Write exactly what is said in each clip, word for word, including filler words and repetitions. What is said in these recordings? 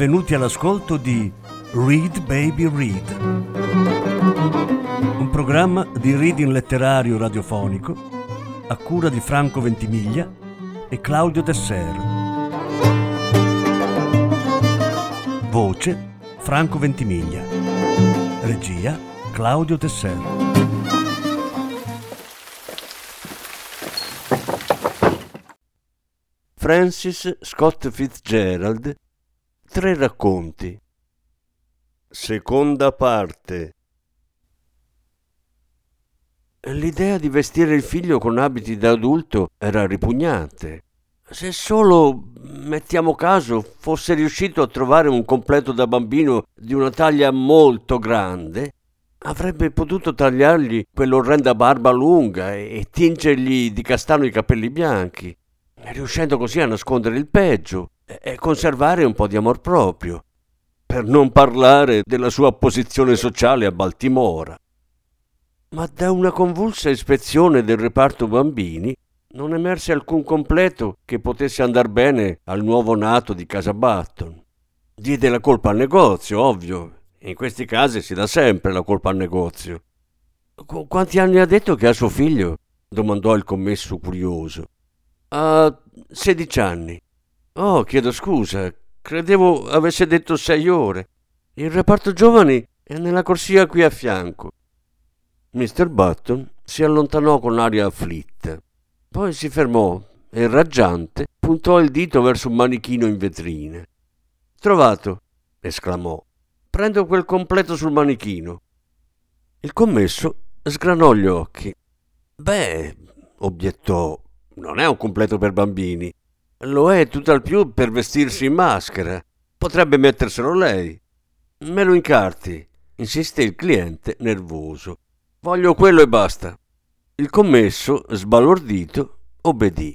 benvenuti all'ascolto di Read Baby Read, un programma di reading letterario radiofonico a cura di Franco Ventimiglia e Claudio Desser. Voce Franco Ventimiglia. Regia Claudio Desser. Francis Scott Fitzgerald. Tre racconti. Seconda parte. L'idea di vestire il figlio con abiti da adulto era ripugnante. Se solo, mettiamo caso, fosse riuscito a trovare un completo da bambino di una taglia molto grande, avrebbe potuto tagliargli quell'orrenda barba lunga e tingergli di castano i capelli bianchi, riuscendo così a nascondere il peggio e conservare un po' di amor proprio, per non parlare della sua posizione sociale a Baltimora. Ma da una convulsa ispezione del reparto bambini non emerse alcun completo che potesse andar bene al nuovo nato di casa Button. Diede la colpa al negozio, ovvio. In questi casi si dà sempre la colpa al negozio. Qu- quanti anni ha detto che ha suo figlio? Domandò il commesso curioso. Ha sedici anni. Oh, chiedo scusa, credevo avesse detto sei ore. Il reparto giovani è nella corsia qui a fianco. mister Button si allontanò con aria afflitta. Poi si fermò e, raggiante, puntò il dito verso un manichino in vetrina. Trovato, esclamò. Prendo quel completo sul manichino. Il commesso sgranò gli occhi. Beh, obiettò, non è un completo per bambini. Lo è tutt'al più per vestirsi in maschera. Potrebbe metterselo lei. Me lo incarti, insiste il cliente nervoso. Voglio quello e basta. Il commesso, sbalordito, obbedì.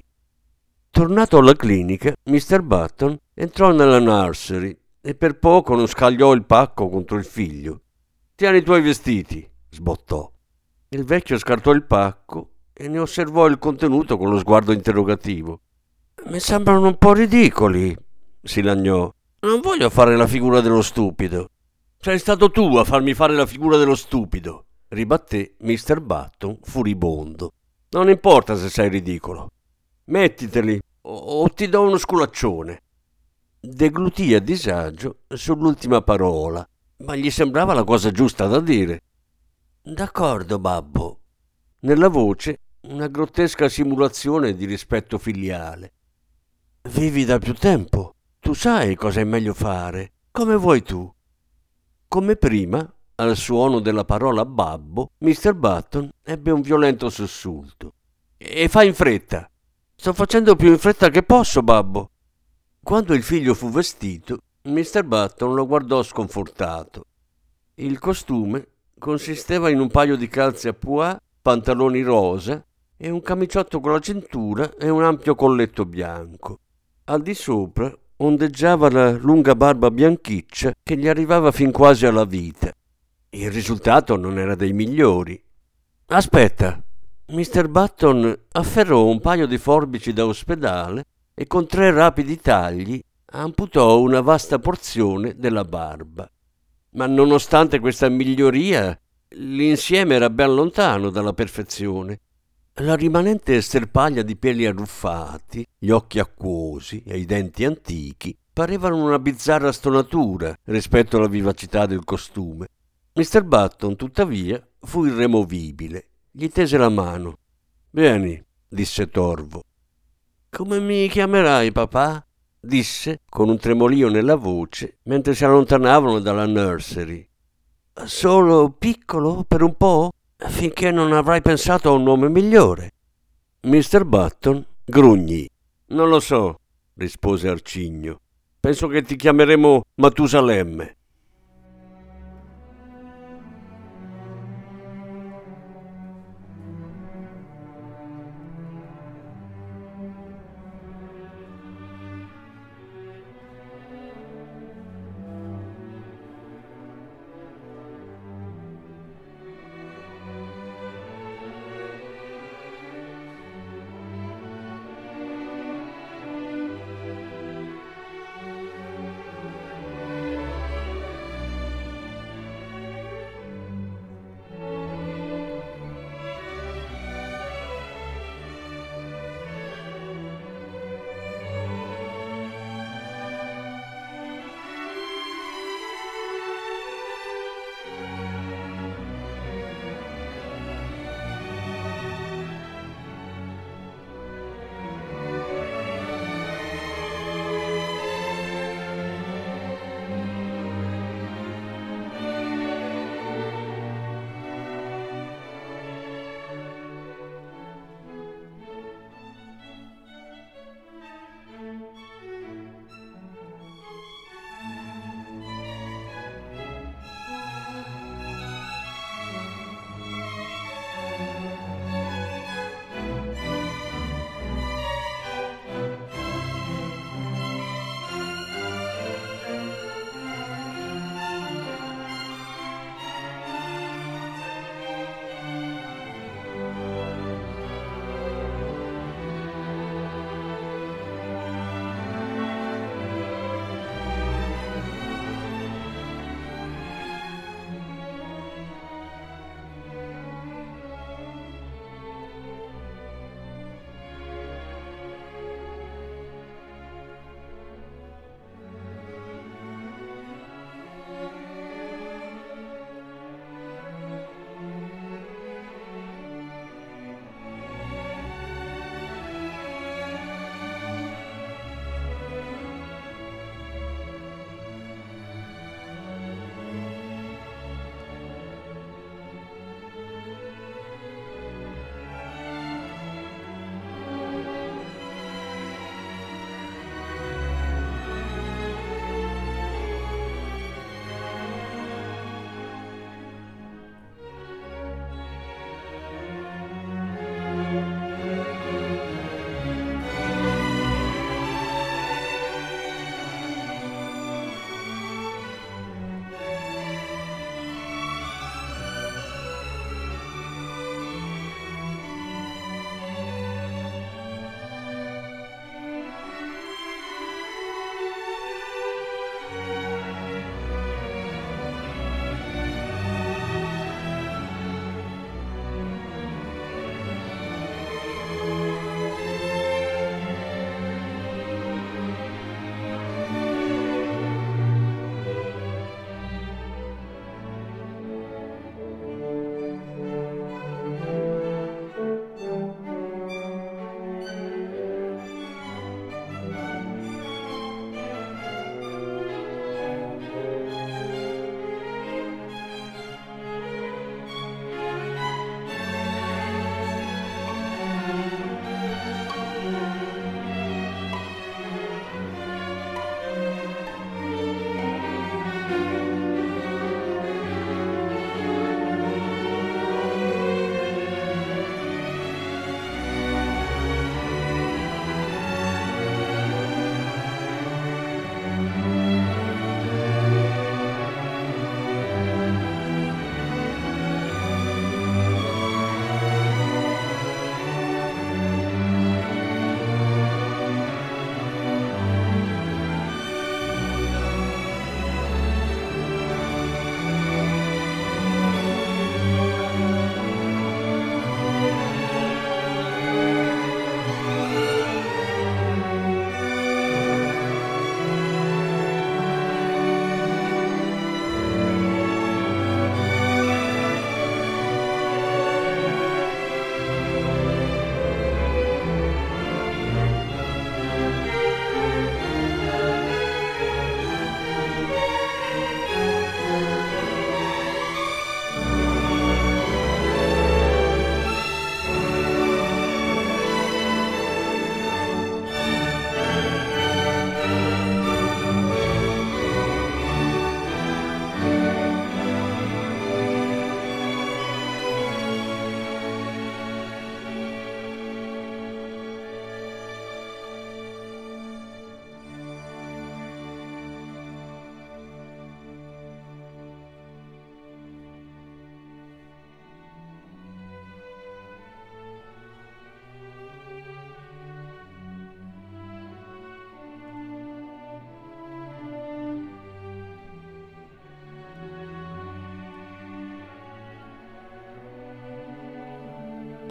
Tornato alla clinica, mister Button entrò nella nursery e per poco non scagliò il pacco contro il figlio. Tieni i tuoi vestiti, sbottò. Il vecchio scartò il pacco e ne osservò il contenuto con lo sguardo interrogativo. Mi sembrano un po' ridicoli, si lagnò. Non voglio fare la figura dello stupido. Sei stato tu a farmi fare la figura dello stupido, ribatté mister Button furibondo. Non importa se sei ridicolo. Mettiteli o, o ti do uno sculaccione. Deglutì a disagio sull'ultima parola, ma gli sembrava la cosa giusta da dire. D'accordo, babbo. Nella voce una grottesca simulazione di rispetto filiale. Vivi da più tempo. Tu sai cosa è meglio fare. Come vuoi tu. Come prima, al suono della parola babbo, mister Button ebbe un violento sussulto. E fa in fretta. Sto facendo più in fretta che posso, babbo. Quando il figlio fu vestito, mister Button lo guardò sconfortato. Il costume consisteva in un paio di calze a pois, pantaloni rosa e un camiciotto con la cintura e un ampio colletto bianco. Al di sopra ondeggiava la lunga barba bianchiccia che gli arrivava fin quasi alla vita. Il risultato non era dei migliori. Aspetta, mister Button afferrò un paio di forbici da ospedale e con tre rapidi tagli amputò una vasta porzione della barba. Ma nonostante questa miglioria, l'insieme era ben lontano dalla perfezione. La rimanente sterpaglia di peli arruffati, gli occhi acquosi e i denti antichi parevano una bizzarra stonatura rispetto alla vivacità del costume. mister Button, tuttavia, fu irremovibile. Gli tese la mano. «Vieni», disse torvo. «Come mi chiamerai, papà?» disse con un tremolio nella voce mentre si allontanavano dalla nursery. «Solo piccolo per un po'? Finché non avrai pensato a un nome migliore». mister Button grugnì. «Non lo so», rispose arcigno. «Penso che ti chiameremo Matusalemme».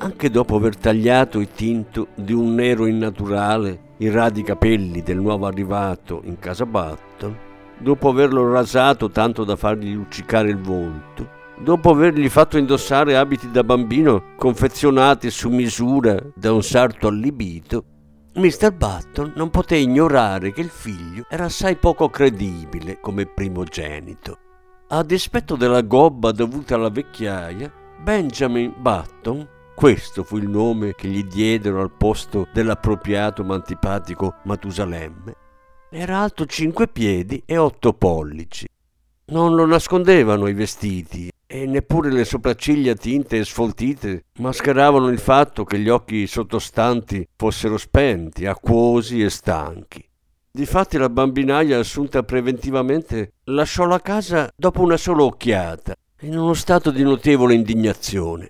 anche dopo aver tagliato e tinto di un nero innaturale i radi capelli del nuovo arrivato in casa Button, dopo averlo rasato tanto da fargli luccicare il volto, dopo avergli fatto indossare abiti da bambino confezionati su misura da un sarto allibito, mister Button non poté ignorare che il figlio era assai poco credibile come primogenito. A dispetto della gobba dovuta alla vecchiaia, Benjamin Button, questo fu il nome che gli diedero al posto dell'appropriato ma antipatico Matusalemme, era alto cinque piedi e otto pollici. Non lo nascondevano i vestiti e neppure le sopracciglia tinte e sfoltite mascheravano il fatto che gli occhi sottostanti fossero spenti, acquosi e stanchi. Difatti la bambinaia, assunta preventivamente, lasciò la casa dopo una sola occhiata, in uno stato di notevole indignazione.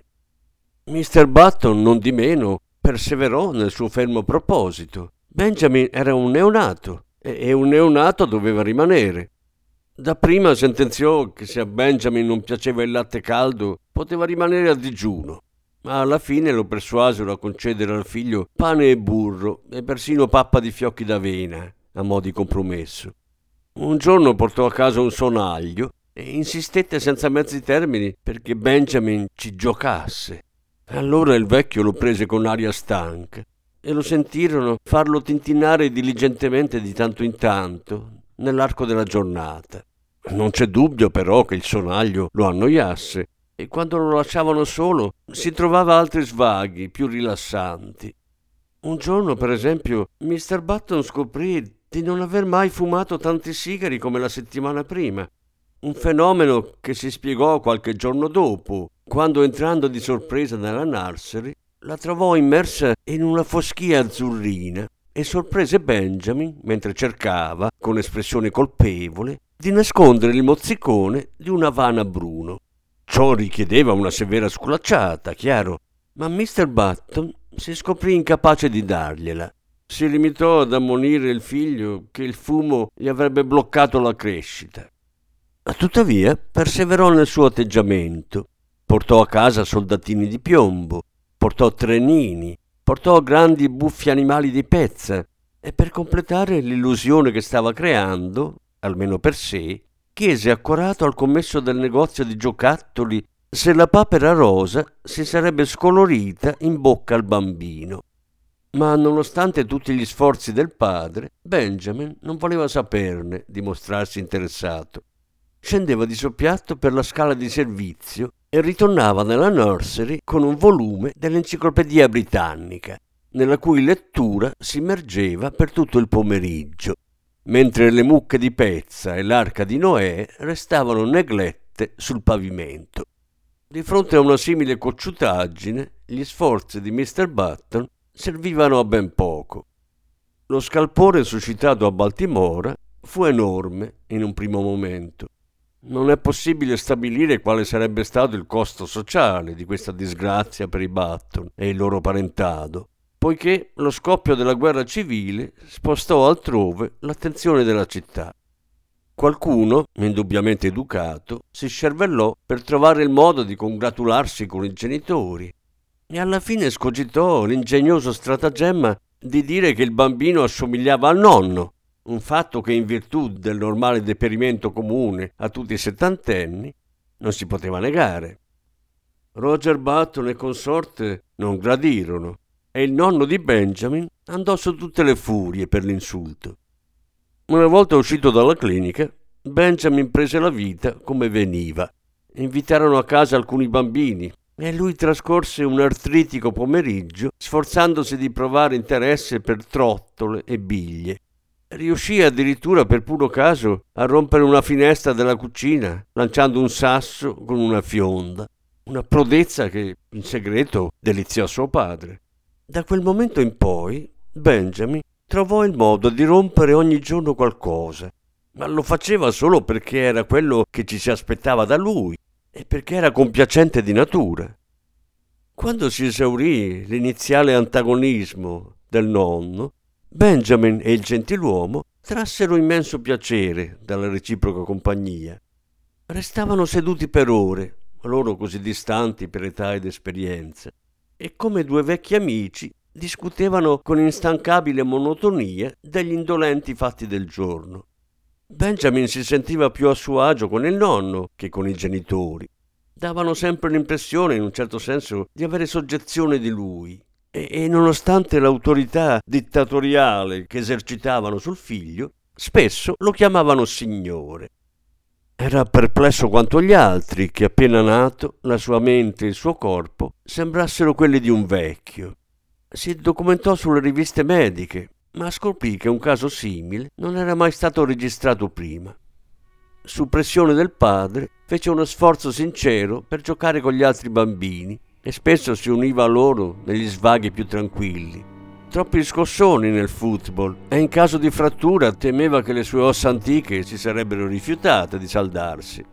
mister Button, non di meno, perseverò nel suo fermo proposito. Benjamin era un neonato e un neonato doveva rimanere. Dapprima sentenziò che se a Benjamin non piaceva il latte caldo poteva rimanere a digiuno, ma alla fine lo persuasero a concedere al figlio pane e burro e persino pappa di fiocchi d'avena a mo' di compromesso. Un giorno portò a casa un sonaglio e insistette senza mezzi termini perché Benjamin ci giocasse. Allora il vecchio lo prese con aria stanca e lo sentirono farlo tintinnare diligentemente di tanto in tanto nell'arco della giornata. Non c'è dubbio però che il sonaglio lo annoiasse e quando lo lasciavano solo si trovava altri svaghi più rilassanti. Un giorno, per esempio, mister Button scoprì di non aver mai fumato tanti sigari come la settimana prima, un fenomeno che si spiegò qualche giorno dopo, quando entrando di sorpresa nella nursery la trovò immersa in una foschia azzurrina e sorprese Benjamin mentre cercava, con espressione colpevole, di nascondere il mozzicone di un Havana bruno. Ciò richiedeva una severa sculacciata, chiaro, ma mister Button si scoprì incapace di dargliela. Si limitò ad ammonire il figlio che il fumo gli avrebbe bloccato la crescita. Tuttavia perseverò nel suo atteggiamento. Portò a casa soldatini di piombo, portò trenini, portò grandi buffi animali di pezza e per completare l'illusione che stava creando, almeno per sé, chiese accorato al commesso del negozio di giocattoli se la papera rosa si sarebbe scolorita in bocca al bambino. Ma nonostante tutti gli sforzi del padre, Benjamin non voleva saperne di mostrarsi interessato. Scendeva di soppiatto per la scala di servizio e ritornava nella nursery con un volume dell'Enciclopedia Britannica, nella cui lettura si immergeva per tutto il pomeriggio, mentre le mucche di pezza e l'arca di Noè restavano neglette sul pavimento. Di fronte a una simile cocciutaggine, gli sforzi di mister Button servivano a ben poco. Lo scalpore suscitato a Baltimora fu enorme in un primo momento. Non è possibile stabilire quale sarebbe stato il costo sociale di questa disgrazia per i Button e il loro parentado, poiché lo scoppio della guerra civile spostò altrove l'attenzione della città. Qualcuno, indubbiamente educato, si scervellò per trovare il modo di congratularsi con i genitori e alla fine scogitò l'ingegnoso stratagemma di dire che il bambino assomigliava al nonno, un fatto che in virtù del normale deperimento comune a tutti i settantenni non si poteva negare. Roger Button e consorte non gradirono e il nonno di Benjamin andò su tutte le furie per l'insulto. Una volta uscito dalla clinica, Benjamin prese la vita come veniva. Invitarono a casa alcuni bambini e lui trascorse un artritico pomeriggio sforzandosi di provare interesse per trottole e biglie. Riuscì addirittura per puro caso a rompere una finestra della cucina lanciando un sasso con una fionda, una prodezza che in segreto deliziò suo padre. Da quel momento in poi Benjamin trovò il modo di rompere ogni giorno qualcosa, ma lo faceva solo perché era quello che ci si aspettava da lui e perché era compiacente di natura. Quando si esaurì l'iniziale antagonismo del nonno, Benjamin e il gentiluomo trassero immenso piacere dalla reciproca compagnia. Restavano seduti per ore, loro così distanti per età ed esperienza. e come due vecchi amici discutevano con instancabile monotonia degli indolenti fatti del giorno. Benjamin si sentiva più a suo agio con il nonno che con i genitori. Davano sempre l'impressione, in un certo senso, di avere soggezione di lui e, e nonostante l'autorità dittatoriale che esercitavano sul figlio, spesso lo chiamavano signore. Era perplesso quanto gli altri che appena nato la sua mente e il suo corpo sembrassero quelli di un vecchio. Si documentò sulle riviste mediche, ma scoprì che un caso simile non era mai stato registrato prima. Su pressione del padre fece uno sforzo sincero per giocare con gli altri bambini e spesso si univa a loro negli svaghi più tranquilli. Troppi scossoni nel football e in caso di frattura temeva che le sue ossa antiche si sarebbero rifiutate di saldarsi.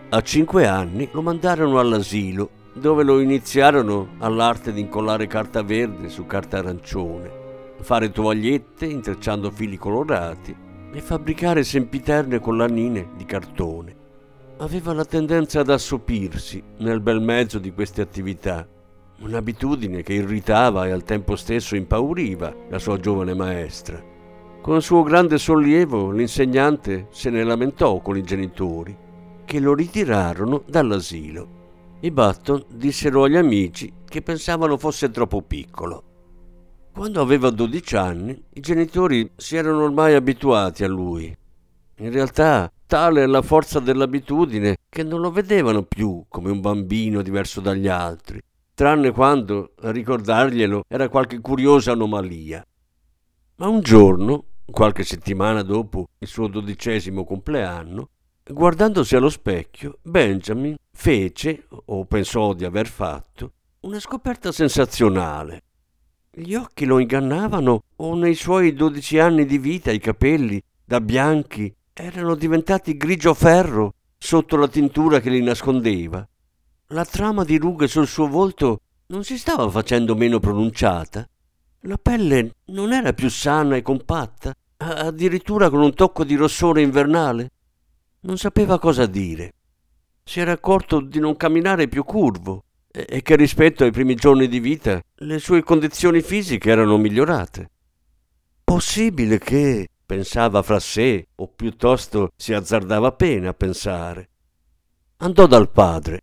A cinque anni lo mandarono all'asilo, dove lo iniziarono all'arte di incollare carta verde su carta arancione, fare tovagliette intrecciando fili colorati e fabbricare sempiterne collanine di cartone. Aveva la tendenza ad assopirsi nel bel mezzo di queste attività, un'abitudine che irritava e al tempo stesso impauriva la sua giovane maestra. Con suo grande sollievo l'insegnante se ne lamentò con i genitori, che lo ritirarono dall'asilo. I Button dissero agli amici che pensavano fosse troppo piccolo. Quando aveva dodici anni, i genitori si erano ormai abituati a lui. In realtà, tale è la forza dell'abitudine che non lo vedevano più come un bambino diverso dagli altri, tranne quando a ricordarglielo era qualche curiosa anomalia. Ma un giorno, qualche settimana dopo il suo dodicesimo compleanno, guardandosi allo specchio, Benjamin fece, o pensò di aver fatto, una scoperta sensazionale. Gli occhi lo ingannavano o nei suoi dodici anni di vita i capelli, da bianchi, erano diventati grigio ferro sotto la tintura che li nascondeva. La trama di rughe sul suo volto non si stava facendo meno pronunciata. La pelle non era più sana e compatta, addirittura con un tocco di rossore invernale. Non sapeva cosa dire. Si era accorto di non camminare più curvo e che rispetto ai primi giorni di vita le sue condizioni fisiche erano migliorate. Possibile che, pensava fra sé, o piuttosto si azzardava appena a pensare. Andò dal padre.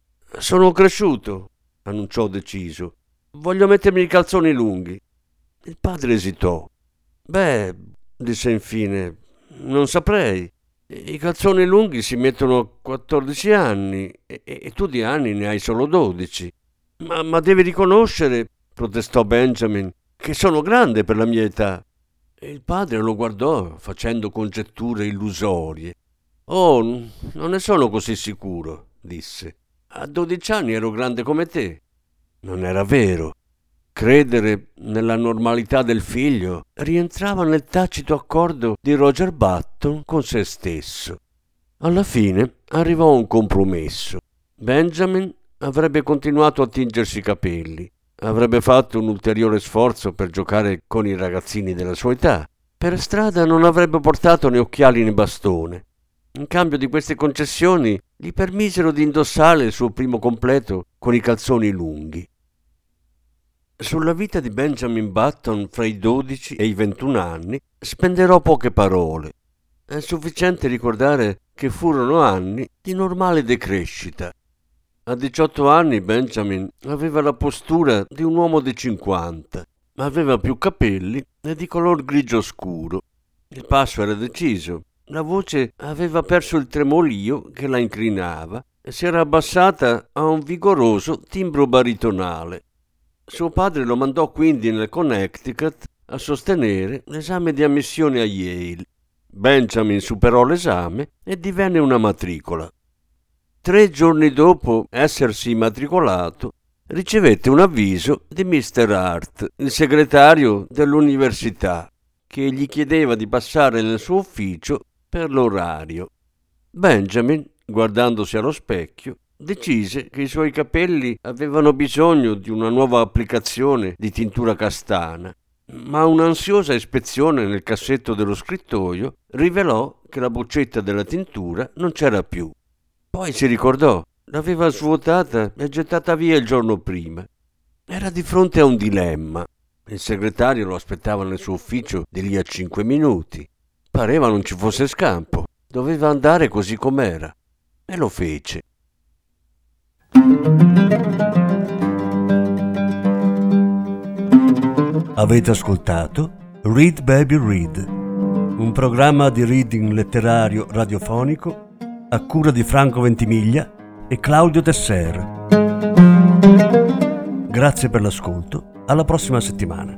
«Sono cresciuto», annunciò deciso. «Voglio mettermi i calzoni lunghi». Il padre esitò. «Beh», disse infine, «non saprei. I calzoni lunghi si mettono a quattordici anni e, e tu di anni ne hai solo dodici. Ma, ma devi riconoscere», protestò Benjamin, «che sono grande per la mia età». E il padre lo guardò facendo congetture illusorie. «Oh, non ne sono così sicuro», disse. «A dodici anni ero grande come te». Non era vero. Credere nella normalità del figlio rientrava nel tacito accordo di Roger Button con se stesso. Alla fine arrivò un compromesso. Benjamin avrebbe continuato a tingersi i capelli, avrebbe fatto un ulteriore sforzo per giocare con i ragazzini della sua età. Per strada non avrebbe portato né occhiali né bastone. In cambio di queste concessioni gli permisero di indossare il suo primo completo con i calzoni lunghi. Sulla vita di Benjamin Button fra i dodici e i ventuno anni spenderò poche parole. È sufficiente ricordare che furono anni di normale decrescita. A diciotto anni Benjamin aveva la postura di un uomo di cinquanta, ma aveva più capelli e di color grigio scuro. Il passo era deciso, la voce aveva perso il tremolio che la incrinava e si era abbassata a un vigoroso timbro baritonale. Suo padre lo mandò quindi nel Connecticut a sostenere l'esame di ammissione a Yale. Benjamin superò l'esame e divenne una matricola. Tre giorni dopo essersi immatricolato, ricevette un avviso di mister Hart, il segretario dell'università, che gli chiedeva di passare nel suo ufficio per l'orario. Benjamin, guardandosi allo specchio, decise che i suoi capelli avevano bisogno di una nuova applicazione di tintura castana, ma un'ansiosa ispezione nel cassetto dello scrittoio rivelò che la boccetta della tintura non c'era più. Poi si ricordò, l'aveva svuotata e gettata via il giorno prima. Era di fronte a un dilemma. Il segretario lo aspettava nel suo ufficio di lì a cinque minuti. Pareva non ci fosse scampo. Doveva andare così com'era. E lo fece. Avete ascoltato Read Baby Read, un programma di reading letterario radiofonico a cura di Franco Ventimiglia e Claudio Tesser. Grazie per l'ascolto, alla prossima settimana.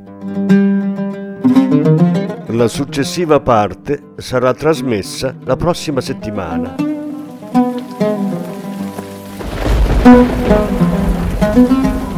La successiva parte sarà trasmessa la prossima settimana. Thank you.